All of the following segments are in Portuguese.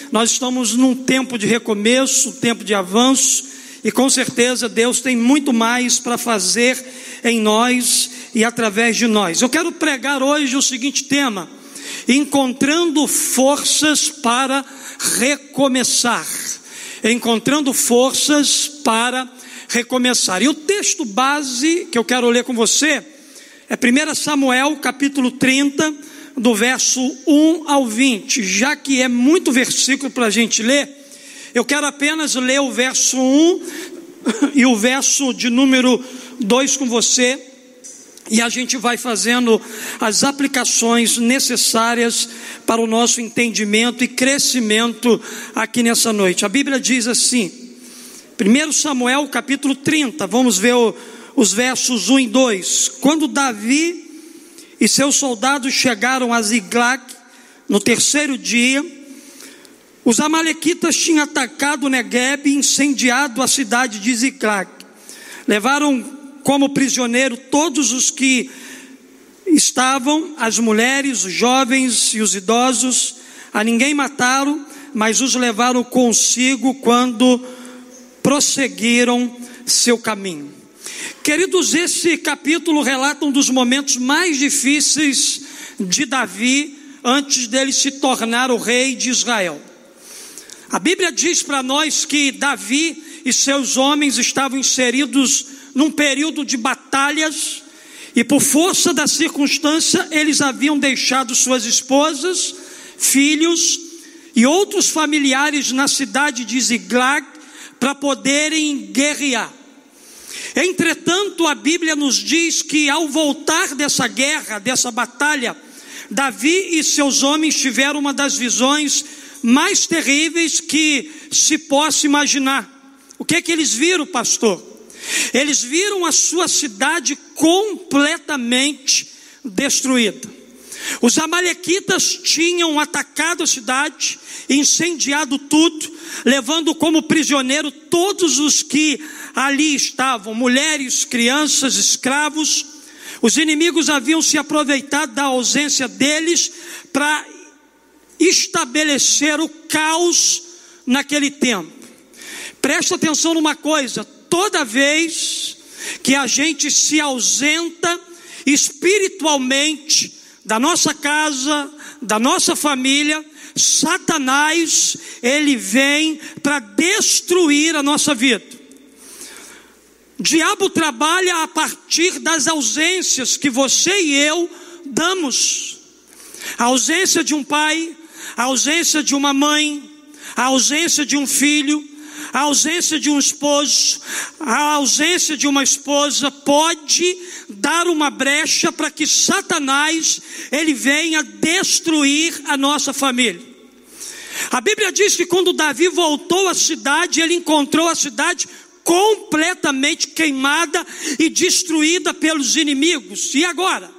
Nós estamos num tempo de recomeço, tempo de avanço, e com certeza Deus tem muito mais para fazer em nós e através de nós. Eu quero pregar hoje o seguinte tema: encontrando forças para recomeçar. Encontrando forças para recomeçar. E o texto base que eu quero ler com você é 1 Samuel capítulo 30, do verso 1 ao 20. Já que é muito versículo para a gente ler, eu quero apenas ler o verso 1 e o verso de número 2 com você, e a gente vai fazendo as aplicações necessárias para o nosso entendimento e crescimento aqui nessa noite. A Bíblia diz assim, 1 Samuel capítulo 30, vamos ver os versos 1 e 2. Quando Davi e seus soldados chegaram a Ziglag, no terceiro dia, os amalequitas tinham atacado Negueb e incendiado a cidade de Ziglag. Levaram como prisioneiro todos os que estavam, as mulheres, os jovens e os idosos. A ninguém mataram, mas os levaram consigo quando prosseguiram seu caminho. Queridos, esse capítulo relata um dos momentos mais difíceis de Davi antes dele se tornar o rei de Israel. A Bíblia diz para nós que Davi e seus homens estavam inseridos num período de batalhas, e por força da circunstância eles haviam deixado suas esposas, filhos e outros familiares na cidade de Ziglag para poderem guerrear. Entretanto, a Bíblia nos diz que ao voltar dessa guerra, dessa batalha, Davi e seus homens tiveram uma das visões mais terríveis que se possa imaginar. O que é que eles viram, pastor? Eles viram a sua cidade completamente destruída. Os amalequitas tinham atacado a cidade, incendiado tudo, levando como prisioneiro todos os que ali estavam, mulheres, crianças, escravos. Os inimigos haviam se aproveitado da ausência deles para estabelecer o caos naquele tempo. Presta atenção numa coisa: toda vez que a gente se ausenta espiritualmente da nossa casa, da nossa família, Satanás, ele vem para destruir a nossa vida. O diabo trabalha a partir das ausências que você e eu damos. A ausência de um pai, a ausência de uma mãe, a ausência de um filho, a ausência de um esposo, a ausência de uma esposa pode dar uma brecha para que Satanás, ele venha destruir a nossa família. A Bíblia diz que quando Davi voltou à cidade, ele encontrou a cidade completamente queimada e destruída pelos inimigos. E agora?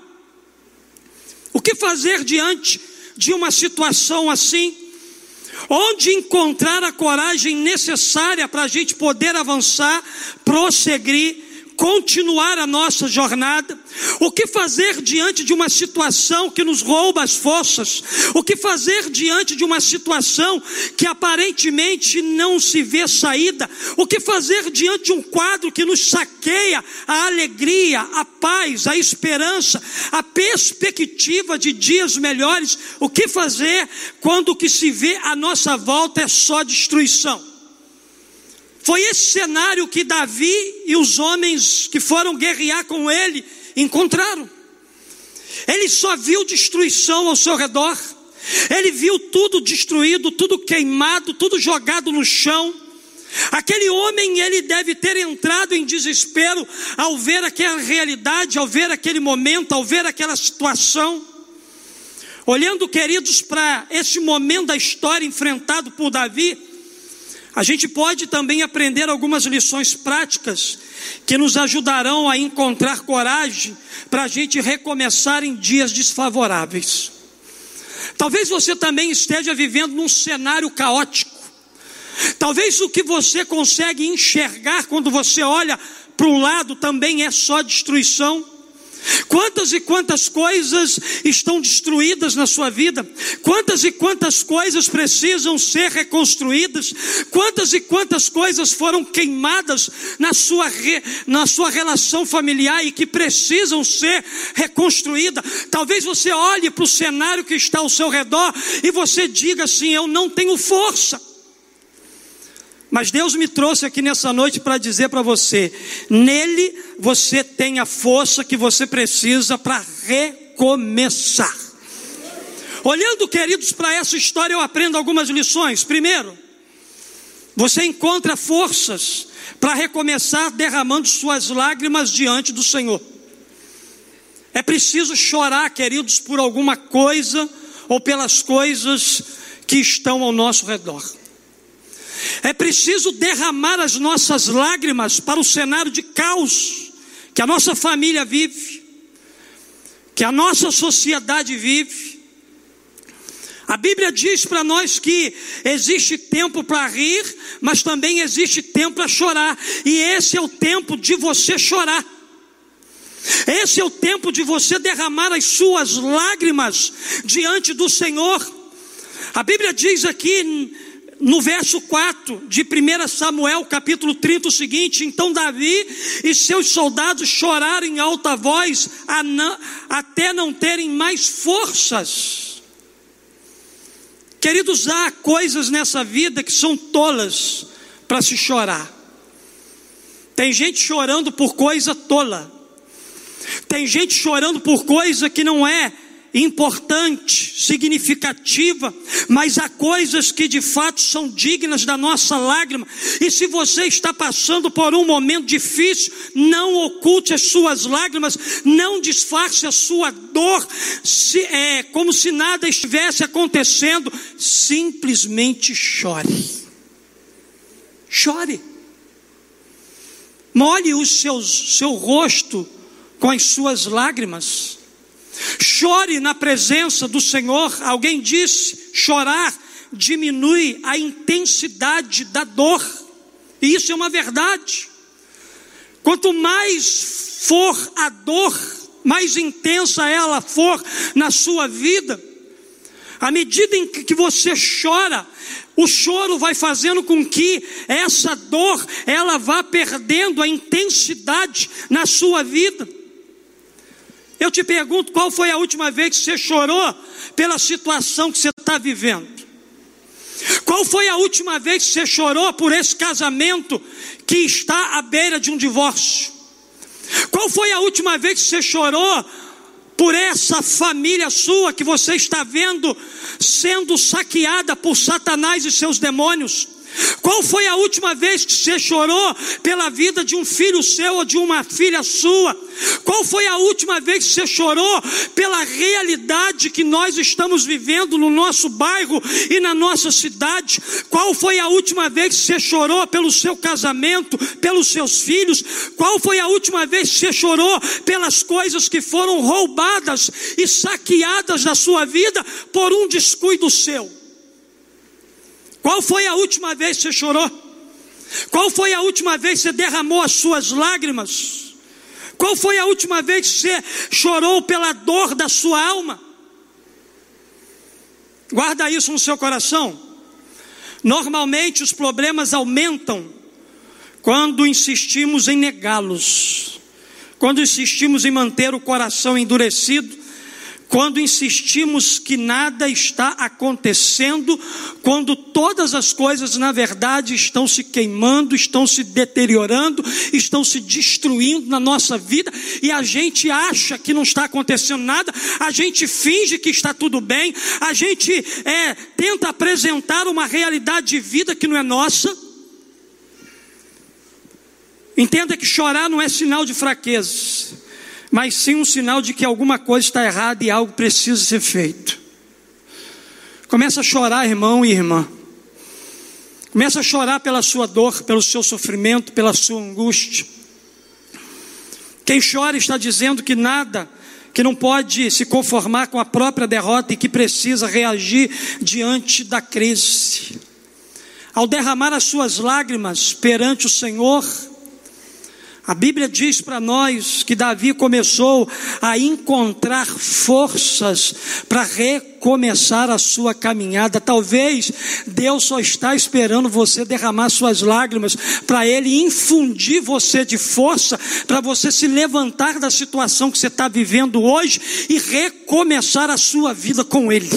O que fazer diante de uma situação assim? Onde encontrar a coragem necessária para a gente poder avançar, prosseguir, continuar a nossa jornada? O que fazer diante de uma situação que nos rouba as forças? O que fazer diante de uma situação que aparentemente não se vê saída? O que fazer diante de um quadro que nos saqueia a alegria, a paz, a esperança, a perspectiva de dias melhores? O que fazer quando o que se vê à nossa volta é só destruição? Foi esse cenário que Davi e os homens que foram guerrear com ele encontraram. Ele só viu destruição ao seu redor. Ele viu tudo destruído, tudo queimado, tudo jogado no chão. Aquele homem, ele deve ter entrado em desespero ao ver aquela realidade, ao ver aquele momento, ao ver aquela situação. Olhando, queridos, para esse momento da história enfrentado por Davi, a gente pode também aprender algumas lições práticas que nos ajudarão a encontrar coragem para a gente recomeçar em dias desfavoráveis. Talvez você também esteja vivendo num cenário caótico. Talvez o que você consegue enxergar quando você olha para um lado também é só destruição. Quantas e quantas coisas estão destruídas na sua vida? Quantas e quantas coisas precisam ser reconstruídas? Quantas e quantas coisas foram queimadas na sua relação familiar e que precisam ser reconstruídas? Talvez você olhe para o cenário que está ao seu redor e você diga assim: eu não tenho força. Mas Deus me trouxe aqui nessa noite para dizer para você: nele você tem a força que você precisa para recomeçar. Olhando, queridos, para essa história, eu aprendo algumas lições. Primeiro, você encontra forças para recomeçar derramando suas lágrimas diante do Senhor. É preciso chorar, queridos, por alguma coisa ou pelas coisas que estão ao nosso redor. É preciso derramar as nossas lágrimas para o cenário de caos que a nossa família vive, que a nossa sociedade vive. A Bíblia diz para nós que existe tempo para rir, mas também existe tempo para chorar. E esse é o tempo de você chorar. Esse é o tempo de você derramar as suas lágrimas diante do Senhor. A Bíblia diz aqui no verso 4 de 1 Samuel capítulo 30 o seguinte: então Davi e seus soldados choraram em alta voz até não terem mais forças. Queridos, há coisas nessa vida que são tolas para se chorar. Tem gente chorando por coisa tola. Tem gente chorando por coisa que não é importante, significativa, mas há coisas que de fato são dignas da nossa lágrima. E se você está passando por um momento difícil, não oculte as suas lágrimas, não disfarce a sua dor, como se nada estivesse acontecendo. Simplesmente chore. Chore. Molhe o seu rosto com as suas lágrimas. Chore na presença do Senhor. Alguém disse: chorar diminui a intensidade da dor. E isso é uma verdade. Quanto mais for a dor, mais intensa ela for na sua vida, à medida em que você chora, o choro vai fazendo com que essa dor ela vá perdendo a intensidade na sua vida. Eu te pergunto, qual foi a última vez que você chorou pela situação que você está vivendo? Qual foi a última vez que você chorou por esse casamento que está à beira de um divórcio? Qual foi a última vez que você chorou por essa família sua que você está vendo sendo saqueada por Satanás e seus demônios? Qual foi a última vez que você chorou pela vida de um filho seu ou de uma filha sua? Qual foi a última vez que você chorou pela realidade que nós estamos vivendo no nosso bairro e na nossa cidade? Qual foi a última vez que você chorou pelo seu casamento, pelos seus filhos? Qual foi a última vez que você chorou pelas coisas que foram roubadas e saqueadas da sua vida por um descuido seu? Qual foi a última vez que você chorou? Qual foi a última vez que você derramou as suas lágrimas? Qual foi a última vez que você chorou pela dor da sua alma? Guarda isso no seu coração. Normalmente os problemas aumentam quando insistimos em negá-los, quando insistimos em manter o coração endurecido, quando insistimos que nada está acontecendo, quando todas as coisas na verdade estão se queimando, estão se deteriorando, estão se destruindo na nossa vida, e a gente acha que não está acontecendo nada, a gente finge que está tudo bem, a gente tenta apresentar uma realidade de vida que não é nossa. Entenda que chorar não é sinal de fraqueza, mas sim um sinal de que alguma coisa está errada e algo precisa ser feito. Começa a chorar, irmão e irmã. Começa a chorar pela sua dor, pelo seu sofrimento, pela sua angústia. Quem chora está dizendo que não pode se conformar com a própria derrota e que precisa reagir diante da crise. Ao derramar as suas lágrimas perante o Senhor, A Bíblia diz para nós que Davi começou a encontrar forças para recomeçar a sua caminhada. Talvez Deus só está esperando você derramar suas lágrimas para Ele infundir você de força, para você se levantar da situação que você está vivendo hoje e recomeçar a sua vida com Ele.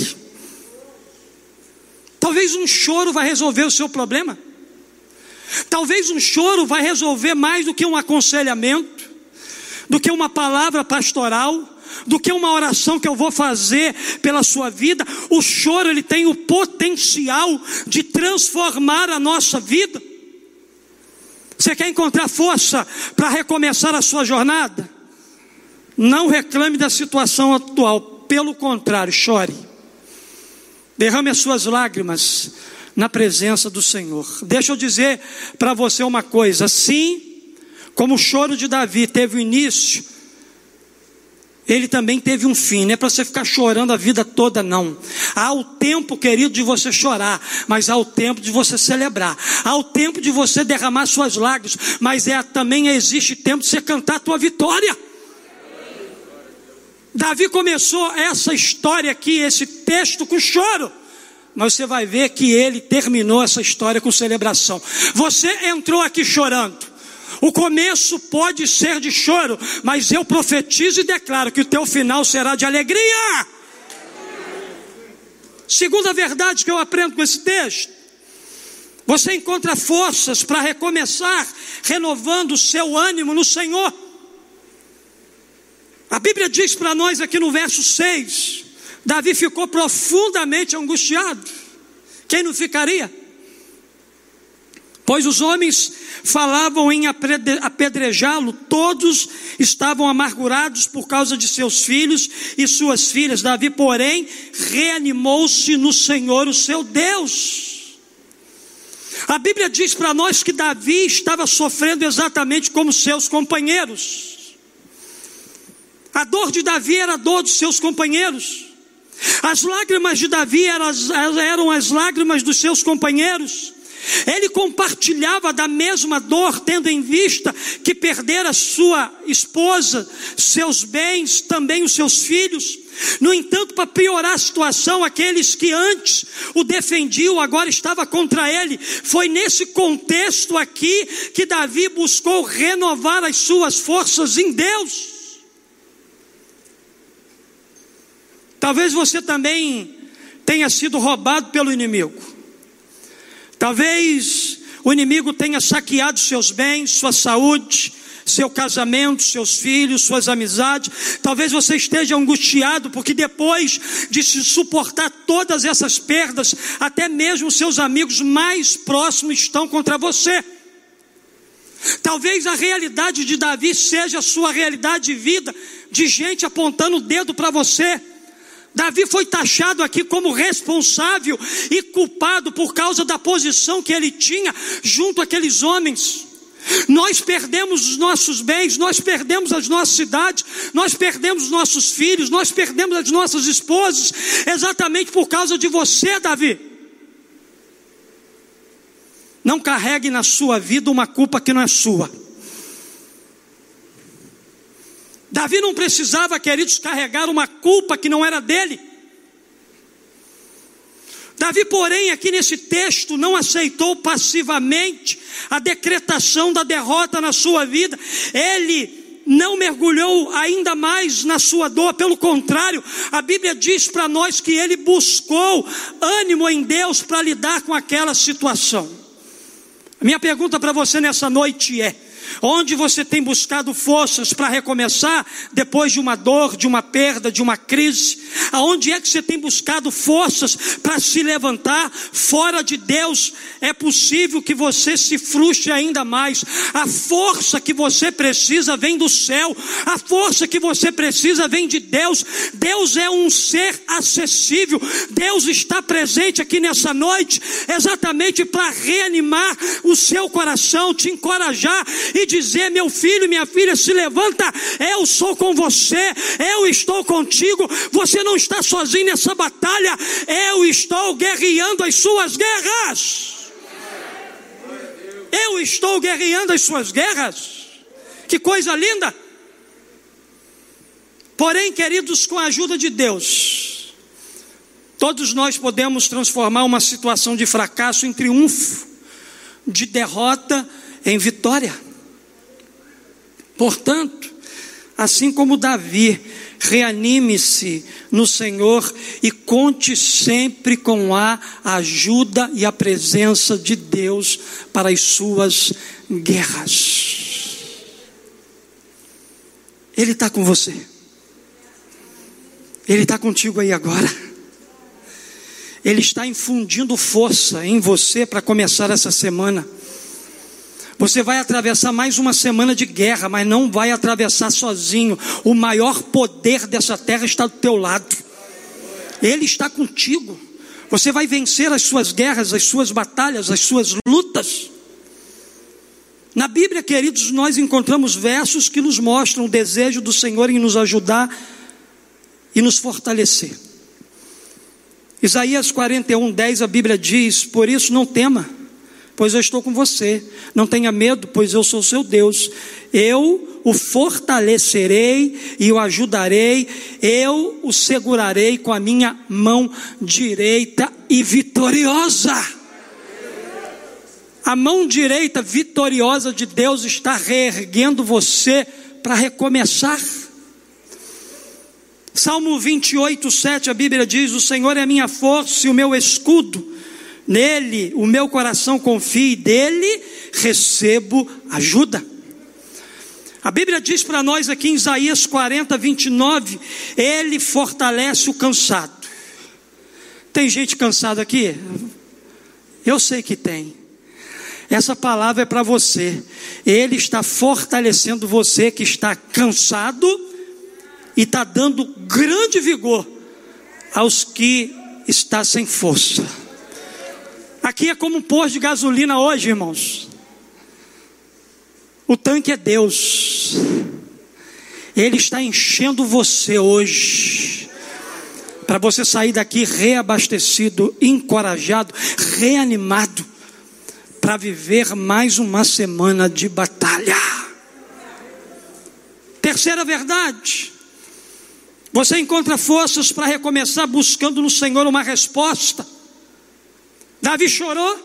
Talvez um choro vai resolver o seu problema. Talvez um choro vai resolver mais do que um aconselhamento, do que uma palavra pastoral, do que uma oração que eu vou fazer pela sua vida. O choro, ele tem o potencial de transformar a nossa vida. Você quer encontrar força para recomeçar a sua jornada? Não reclame da situação atual, pelo contrário, chore. Derrame as suas lágrimas na presença do Senhor. Deixa eu dizer para você uma coisa: assim como o choro de Davi teve um início, ele também teve um fim. Não é para você ficar chorando a vida toda, não. Há o tempo, querido, de você chorar, mas há o tempo de você celebrar. Há o tempo de você derramar suas lágrimas, mas também existe tempo de você cantar a tua vitória. Davi começou essa história aqui, esse texto, com choro, mas você vai ver que ele terminou essa história com celebração. Você entrou aqui chorando. O começo pode ser de choro, mas eu profetizo e declaro que o teu final será de alegria. Segunda verdade que eu aprendo com esse texto: você encontra forças para recomeçar, renovando o seu ânimo no Senhor. A Bíblia diz para nós aqui no verso 6, Davi ficou profundamente angustiado. Quem não ficaria? Pois os homens falavam em apedrejá-lo, todos estavam amargurados por causa de seus filhos e suas filhas. Davi, porém, reanimou-se no Senhor, o seu Deus. A Bíblia diz para nós que Davi estava sofrendo exatamente como seus companheiros. A dor de Davi era a dor dos seus companheiros. As lágrimas de Davi eram as lágrimas dos seus companheiros. Ele compartilhava da mesma dor, tendo em vista que perdera sua esposa, seus bens, também os seus filhos. No entanto, para piorar a situação, aqueles que antes o defendiam, agora estavam contra ele. Foi nesse contexto aqui que Davi buscou renovar as suas forças em Deus. Talvez você também tenha sido roubado pelo inimigo. Talvez o inimigo tenha saqueado seus bens, sua saúde, seu casamento, seus filhos, suas amizades. Talvez você esteja angustiado porque depois de se suportar todas essas perdas, até mesmo seus amigos mais próximos estão contra você. Talvez a realidade de Davi seja a sua realidade de vida, de gente apontando o dedo para você. Davi foi taxado aqui como responsável e culpado por causa da posição que ele tinha junto àqueles homens. Nós perdemos os nossos bens, nós perdemos as nossas cidades, nós perdemos os nossos filhos, nós perdemos as nossas esposas, exatamente por causa de você, Davi. Não carregue na sua vida uma culpa que não é sua. Davi não precisava, queridos, carregar uma culpa que não era dele. Davi, porém, aqui nesse texto, não aceitou passivamente a decretação da derrota na sua vida. Ele não mergulhou ainda mais na sua dor, pelo contrário, a Bíblia diz para nós que ele buscou ânimo em Deus para lidar com aquela situação. A minha pergunta para você nessa noite é: onde você tem buscado forças para recomeçar depois de uma dor, de uma perda, de uma crise? Aonde é que você tem buscado forças para se levantar? Fora de Deus é possível que você se frustre ainda mais. A força que você precisa vem do céu. A força que você precisa vem de Deus. Deus é um ser acessível. Deus está presente aqui nessa noite exatamente para reanimar o seu coração, te encorajar e dizer: meu filho, minha filha, se levanta, eu sou com você, eu estou contigo, você não está sozinho nessa batalha, eu estou guerreando as suas guerras. Eu estou guerreando as suas guerras. O Que coisa linda! Porém, queridos, com a ajuda de Deus, todos nós podemos transformar uma situação de fracasso em triunfo, de derrota em vitória. Portanto, assim como Davi, reanime-se no Senhor e conte sempre com a ajuda e a presença de Deus para as suas guerras. Ele está com você. Ele está contigo aí agora. Ele está infundindo força em você para começar essa semana. Você vai atravessar mais uma semana de guerra, mas não vai atravessar sozinho. O maior poder dessa terra está do teu lado. Ele está contigo. Você vai vencer as suas guerras, as suas batalhas, as suas lutas. Na Bíblia, queridos, nós encontramos versos que nos mostram o desejo do Senhor em nos ajudar e nos fortalecer. Isaías 41:10, a Bíblia diz: por isso não tema, pois eu estou com você. Não tenha medo, pois eu sou seu Deus. Eu o fortalecerei e o ajudarei. Eu o segurarei com a minha mão direita e vitoriosa. A mão direita vitoriosa de Deus está reerguendo você para recomeçar. Salmo 28:7, a Bíblia diz: o Senhor é a minha força e o meu escudo. Nele o meu coração confia e dele recebo ajuda. A Bíblia diz para nós aqui em Isaías 40:29, ele fortalece o cansado. Tem gente cansada aqui? Eu sei que tem. Essa palavra é para você. Ele está fortalecendo você que está cansado e está dando grande vigor aos que está sem força. Aqui é como um posto de gasolina hoje, irmãos. O tanque é Deus. Ele está enchendo você hoje, para você sair daqui reabastecido, encorajado, reanimado, para viver mais uma semana de batalha. Terceira verdade: você encontra forças para recomeçar buscando no Senhor uma resposta. Davi chorou,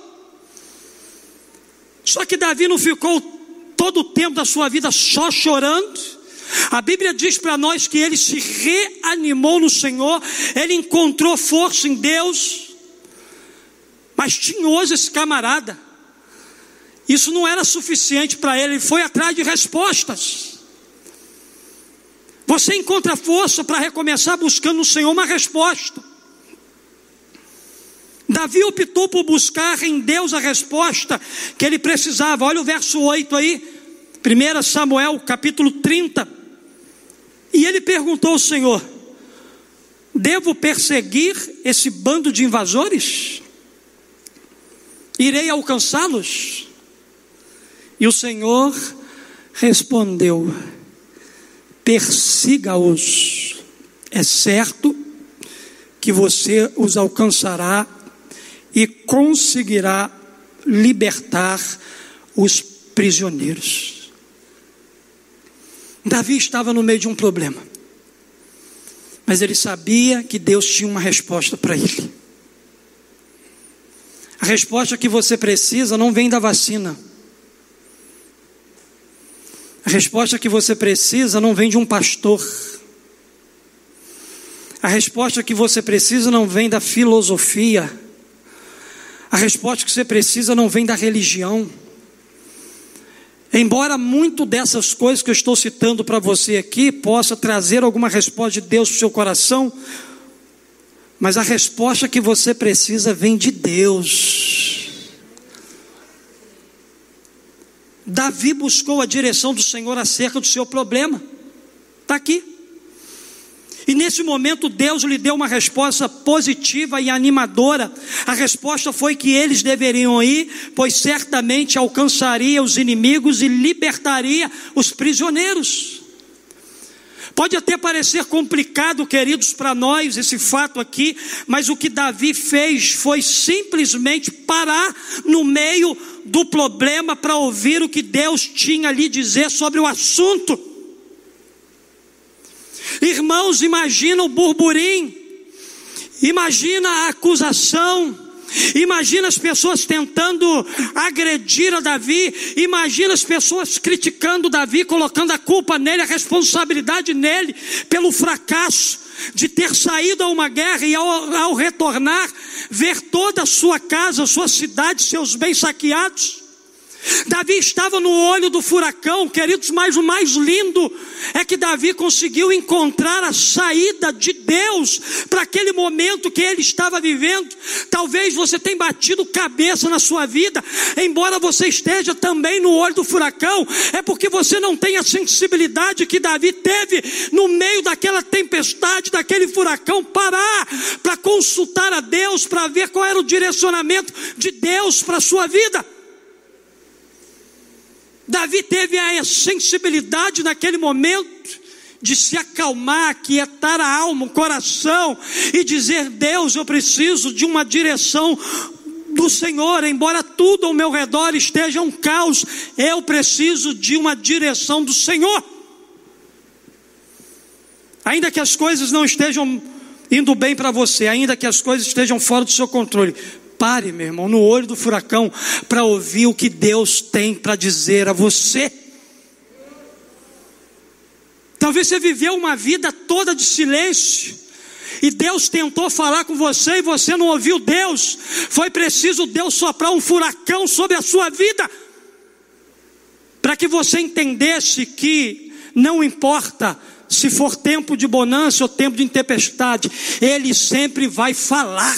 só que Davi não ficou todo o tempo da sua vida só chorando. A Bíblia diz para nós que ele se reanimou no Senhor, ele encontrou força em Deus. Mas tinhoso esse camarada, isso não era suficiente para ele, ele foi atrás de respostas. Você encontra força para recomeçar buscando no Senhor uma resposta. Davi optou por buscar em Deus a resposta que ele precisava. Olha o verso 8 aí, 1 Samuel capítulo 30. E ele perguntou ao Senhor: devo perseguir esse bando de invasores? Irei alcançá-los? E o Senhor respondeu: persiga-os. É certo que você os alcançará e conseguirá libertar os prisioneiros. Davi estava no meio de um problema, mas ele sabia que Deus tinha uma resposta para ele. A resposta que você precisa não vem da vacina. A resposta que você precisa não vem de um pastor. A resposta que você precisa não vem da filosofia. A resposta que você precisa não vem da religião. Embora muito dessas coisas que eu estou citando para você aqui possa trazer alguma resposta de Deus para o seu coração, mas a resposta que você precisa vem de Deus. Davi buscou a direção do Senhor acerca do seu problema. Está aqui. E nesse momento Deus lhe deu uma resposta positiva e animadora. A resposta foi que eles deveriam ir, pois certamente alcançaria os inimigos e libertaria os prisioneiros. Pode até parecer complicado, queridos, para nós esse fato aqui, mas o que Davi fez foi simplesmente parar no meio do problema para ouvir o que Deus tinha a lhe dizer sobre o assunto. Irmãos, imagina o burburinho, imagina a acusação, imagina as pessoas tentando agredir a Davi, imagina as pessoas criticando Davi, colocando a culpa nele, a responsabilidade nele, pelo fracasso de ter saído a uma guerra e ao retornar, ver toda a sua casa, sua cidade, seus bens saqueados. Davi estava no olho do furacão, queridos, mas o mais lindo é que Davi conseguiu encontrar a saída de Deus para aquele momento que ele estava vivendo. Talvez você tenha batido cabeça na sua vida, embora você esteja também no olho do furacão, é porque você não tem a sensibilidade que Davi teve no meio daquela tempestade, daquele furacão, parar para consultar a Deus, para ver qual era o direcionamento de Deus para a sua vida. Davi teve a sensibilidade naquele momento de se acalmar, aquietar a alma, o coração e dizer: Deus, eu preciso de uma direção do Senhor, embora tudo ao meu redor esteja um caos, eu preciso de uma direção do Senhor. Ainda que as coisas não estejam indo bem para você, ainda que as coisas estejam fora do seu controle, pare, meu irmão, no olho do furacão, para ouvir o que Deus tem para dizer a você. Talvez você viveu uma vida toda de silêncio, e Deus tentou falar com você, e você não ouviu Deus. Foi preciso Deus soprar um furacão sobre a sua vida, para que você entendesse que não importa se for tempo de bonança ou tempo de tempestade, Ele sempre vai falar.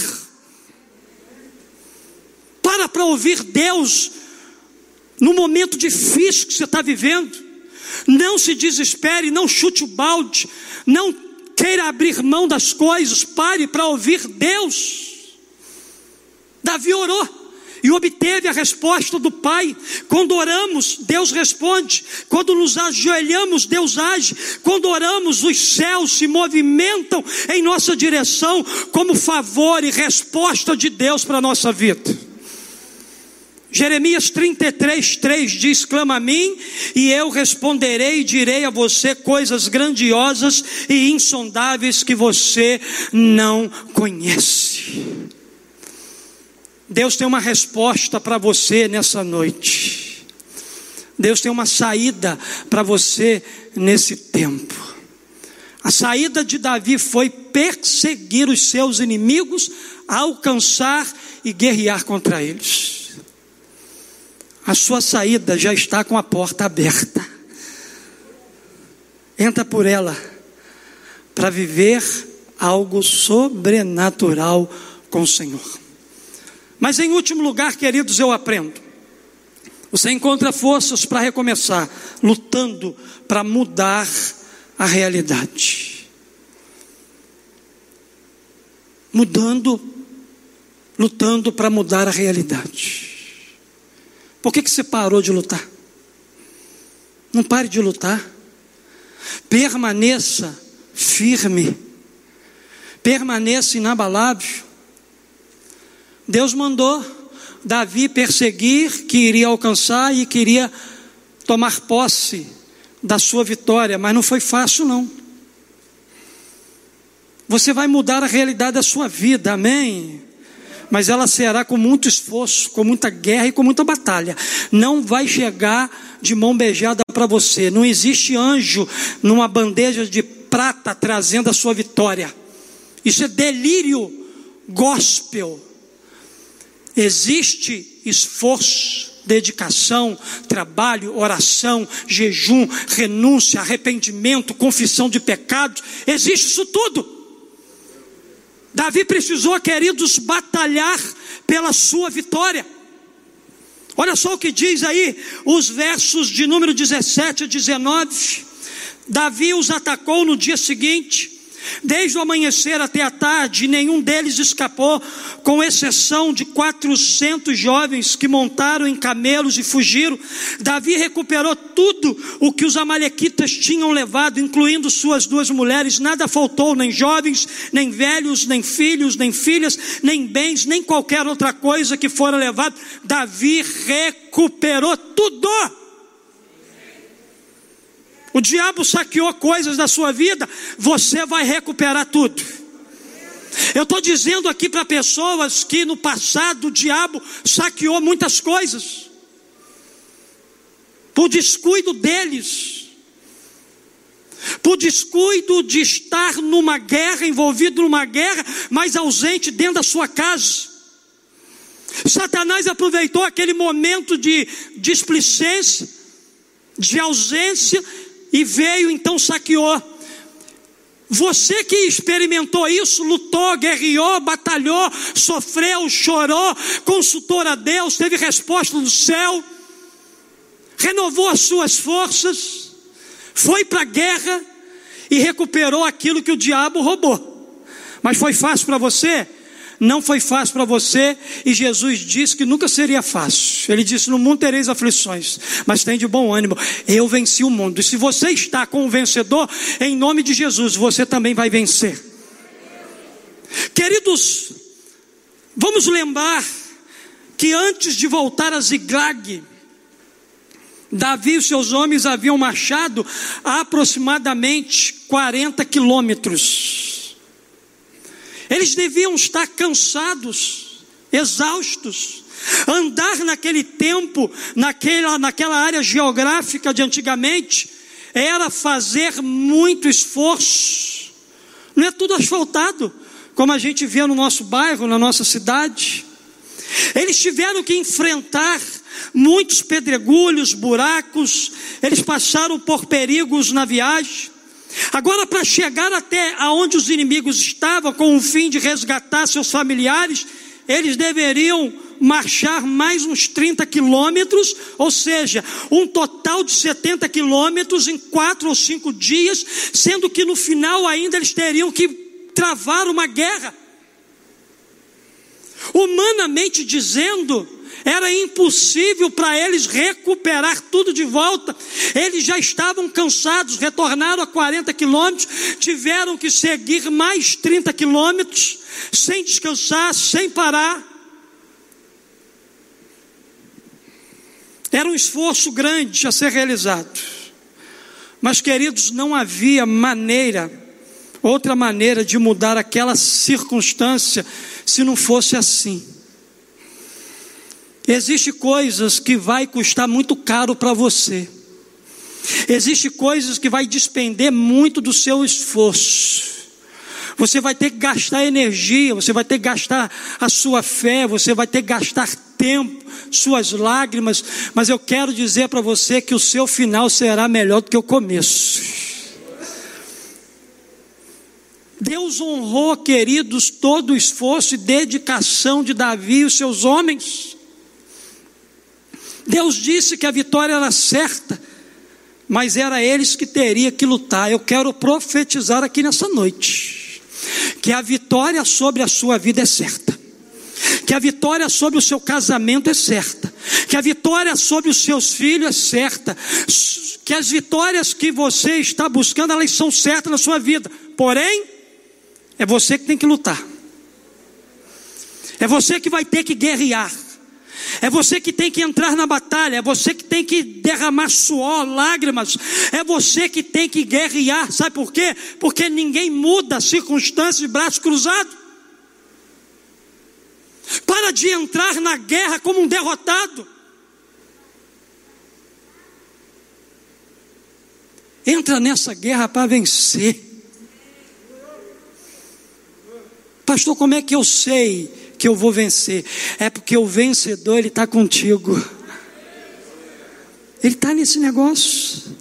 Para ouvir Deus no momento difícil que você está vivendo. Não se desespere, não chute o balde, não queira abrir mão das coisas, pare para ouvir Deus. Davi orou e obteve a resposta do Pai. Quando oramos, Deus responde. Quando nos ajoelhamos, Deus age. Quando oramos, os céus se movimentam em nossa direção como favor e resposta de Deus para a nossa vida. Jeremias 33:3 diz: clama a mim e eu responderei e direi a você coisas grandiosas e insondáveis que você não conhece. Deus tem uma resposta para você nessa noite. Deus tem uma saída para você nesse tempo. A saída de Davi foi perseguir os seus inimigos, alcançar e guerrear contra eles. A sua saída já está com a porta aberta. Entra por ela para viver algo sobrenatural com o Senhor. Mas em último lugar, queridos, eu aprendo. Você encontra forças para recomeçar, lutando para mudar a realidade. Lutando para mudar a realidade. Por que você parou de lutar? Não pare de lutar. Permaneça firme. Permaneça inabalável. Deus mandou Davi perseguir, que iria alcançar e queria tomar posse da sua vitória, mas não foi fácil não. Você vai mudar a realidade da sua vida, amém? Mas ela será com muito esforço, com muita guerra e com muita batalha. Não vai chegar de mão beijada para você. Não existe anjo numa bandeja de prata trazendo a sua vitória. Isso é delírio gospel. Existe esforço, dedicação, trabalho, oração, jejum, renúncia, arrependimento, confissão de pecados. Existe isso tudo. Davi precisou, queridos, batalhar pela sua vitória. Olha só o que diz aí, os versos de número 17 a 19. Davi os atacou no dia seguinte, Desde o amanhecer até a tarde, nenhum deles escapou, com exceção de 400 jovens que montaram em camelos e fugiram. Davi recuperou tudo o que os amalequitas tinham levado, incluindo suas 2 mulheres. Nada faltou, nem jovens, nem velhos, nem filhos, nem filhas, nem bens, nem qualquer outra coisa que fora levado. Davi recuperou tudo. O diabo saqueou coisas da sua vida, você vai recuperar tudo. Eu estou dizendo aqui para pessoas que no passado o diabo saqueou muitas coisas, por descuido deles, por descuido de estar numa guerra, envolvido numa guerra, mas ausente dentro da sua casa. Satanás aproveitou aquele momento de displicência, de ausência, e veio, então saqueou. Você que experimentou isso, lutou, guerreou, batalhou, sofreu, chorou, consultou a Deus, teve resposta do céu, renovou as suas forças, foi para a guerra e recuperou aquilo que o diabo roubou. Mas foi fácil para você? Não foi fácil para você, e Jesus disse que nunca seria fácil. Ele disse: no mundo tereis aflições, mas tem de bom ânimo, eu venci o mundo. E se você está com o vencedor, em nome de Jesus, você também vai vencer. Queridos, vamos lembrar que antes de voltar a Ziglag, Davi e seus homens haviam marchado aproximadamente 40 quilômetros. Eles deviam estar cansados, exaustos. Andar naquele tempo, naquela área geográfica de antigamente, era fazer muito esforço. Não é tudo asfaltado, como a gente vê no nosso bairro, na nossa cidade. Eles tiveram que enfrentar muitos pedregulhos, buracos. Eles passaram por perigos na viagem. Agora, para chegar até aonde os inimigos estavam, com o fim de resgatar seus familiares, eles deveriam marchar mais uns 30 quilômetros, ou seja, um total de 70 quilômetros em 4 ou 5 dias, sendo que no final ainda eles teriam que travar uma guerra. Humanamente dizendo, era impossível para eles recuperar tudo de volta. Eles já estavam cansados, retornaram a 40 quilômetros, tiveram que seguir mais 30 quilômetros, sem descansar, sem parar. Era um esforço grande a ser realizado. Mas, queridos, não havia outra maneira de mudar aquela circunstância, se não fosse assim. Existem coisas que vai custar muito caro para você. Existem coisas que vai despender muito do seu esforço. Você vai ter que gastar energia, você vai ter que gastar a sua fé, você vai ter que gastar tempo, suas lágrimas. Mas eu quero dizer para você que o seu final será melhor do que o começo. Deus honrou, queridos, todo o esforço e dedicação de Davi e os seus homens. Deus disse que a vitória era certa, mas era eles que teriam que lutar. Eu quero profetizar aqui nessa noite, que a vitória sobre a sua vida é certa, que a vitória sobre o seu casamento é certa, que a vitória sobre os seus filhos é certa, que as vitórias que você está buscando, elas são certas na sua vida. Porém, é você que tem que lutar, é você que vai ter que guerrear, é você que tem que entrar na batalha, é você que tem que derramar suor, lágrimas, é você que tem que guerrear. Sabe por quê? Porque ninguém muda a circunstância de braço cruzado. Para de entrar na guerra como um derrotado. Entra nessa guerra para vencer. Pastor, como é que eu sei que eu vou vencer? É porque o vencedor, ele está contigo. Ele está nesse negócio.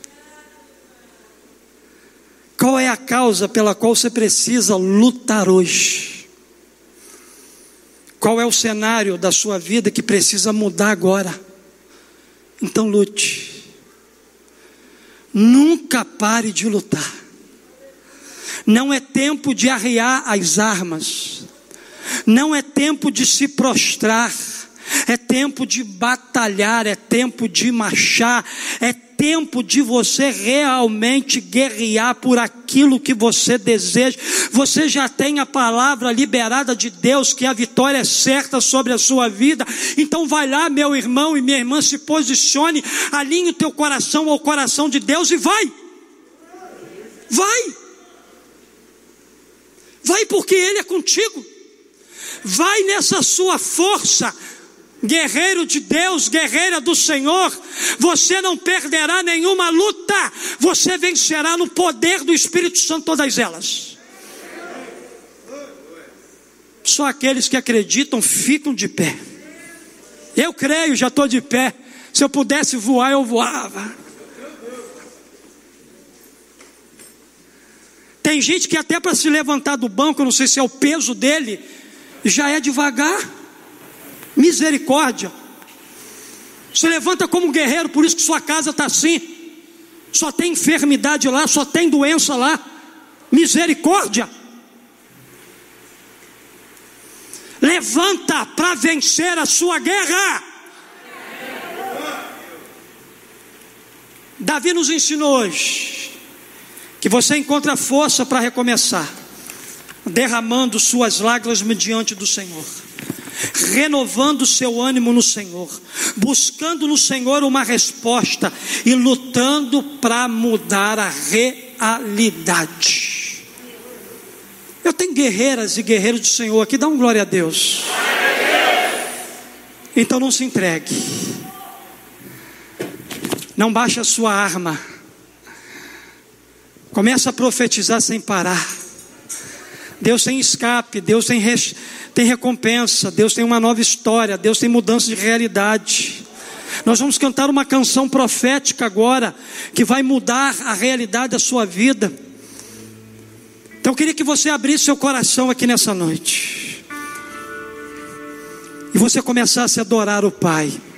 Qual é a causa pela qual você precisa lutar hoje? Qual é o cenário da sua vida que precisa mudar agora? Então lute. Nunca pare de lutar. Não é tempo de arriar as armas, não é tempo de se prostrar, é tempo de batalhar, é tempo de marchar, é tempo de você realmente guerrear por aquilo que você deseja. Você já tem a palavra liberada de Deus, que a vitória é certa sobre a sua vida. Então vai lá, meu irmão e minha irmã, se posicione, alinhe o teu coração ao coração de Deus e vai. Vai porque Ele é contigo. Vai nessa sua força. Guerreiro de Deus, guerreira do Senhor, você não perderá nenhuma luta, você vencerá no poder do Espírito Santo todas elas. Só aqueles que acreditam ficam de pé. Eu creio, já estou de pé. Se eu pudesse voar, eu voava. Tem gente que até para se levantar do banco, eu não sei se é o peso dele, já é devagar. Misericórdia. Se levanta como um guerreiro, por isso que sua casa está assim. Só tem enfermidade lá, só tem doença lá. Misericórdia. Levanta para vencer a sua guerra. Davi nos ensinou hoje que você encontra força para recomeçar, derramando suas lágrimas diante do Senhor, renovando seu ânimo no Senhor, buscando no Senhor uma resposta e lutando para mudar a realidade. Eu tenho guerreiras e guerreiros do Senhor aqui, dá um glória a Deus. Então não se entregue, não baixe a sua arma, começa a profetizar sem parar. Deus tem escape, Deus tem recompensa, Deus tem uma nova história, Deus tem mudança de realidade. Nós vamos cantar uma canção profética agora, que vai mudar a realidade da sua vida. Então eu queria que você abrisse seu coração aqui nessa noite, e você começasse a adorar o Pai.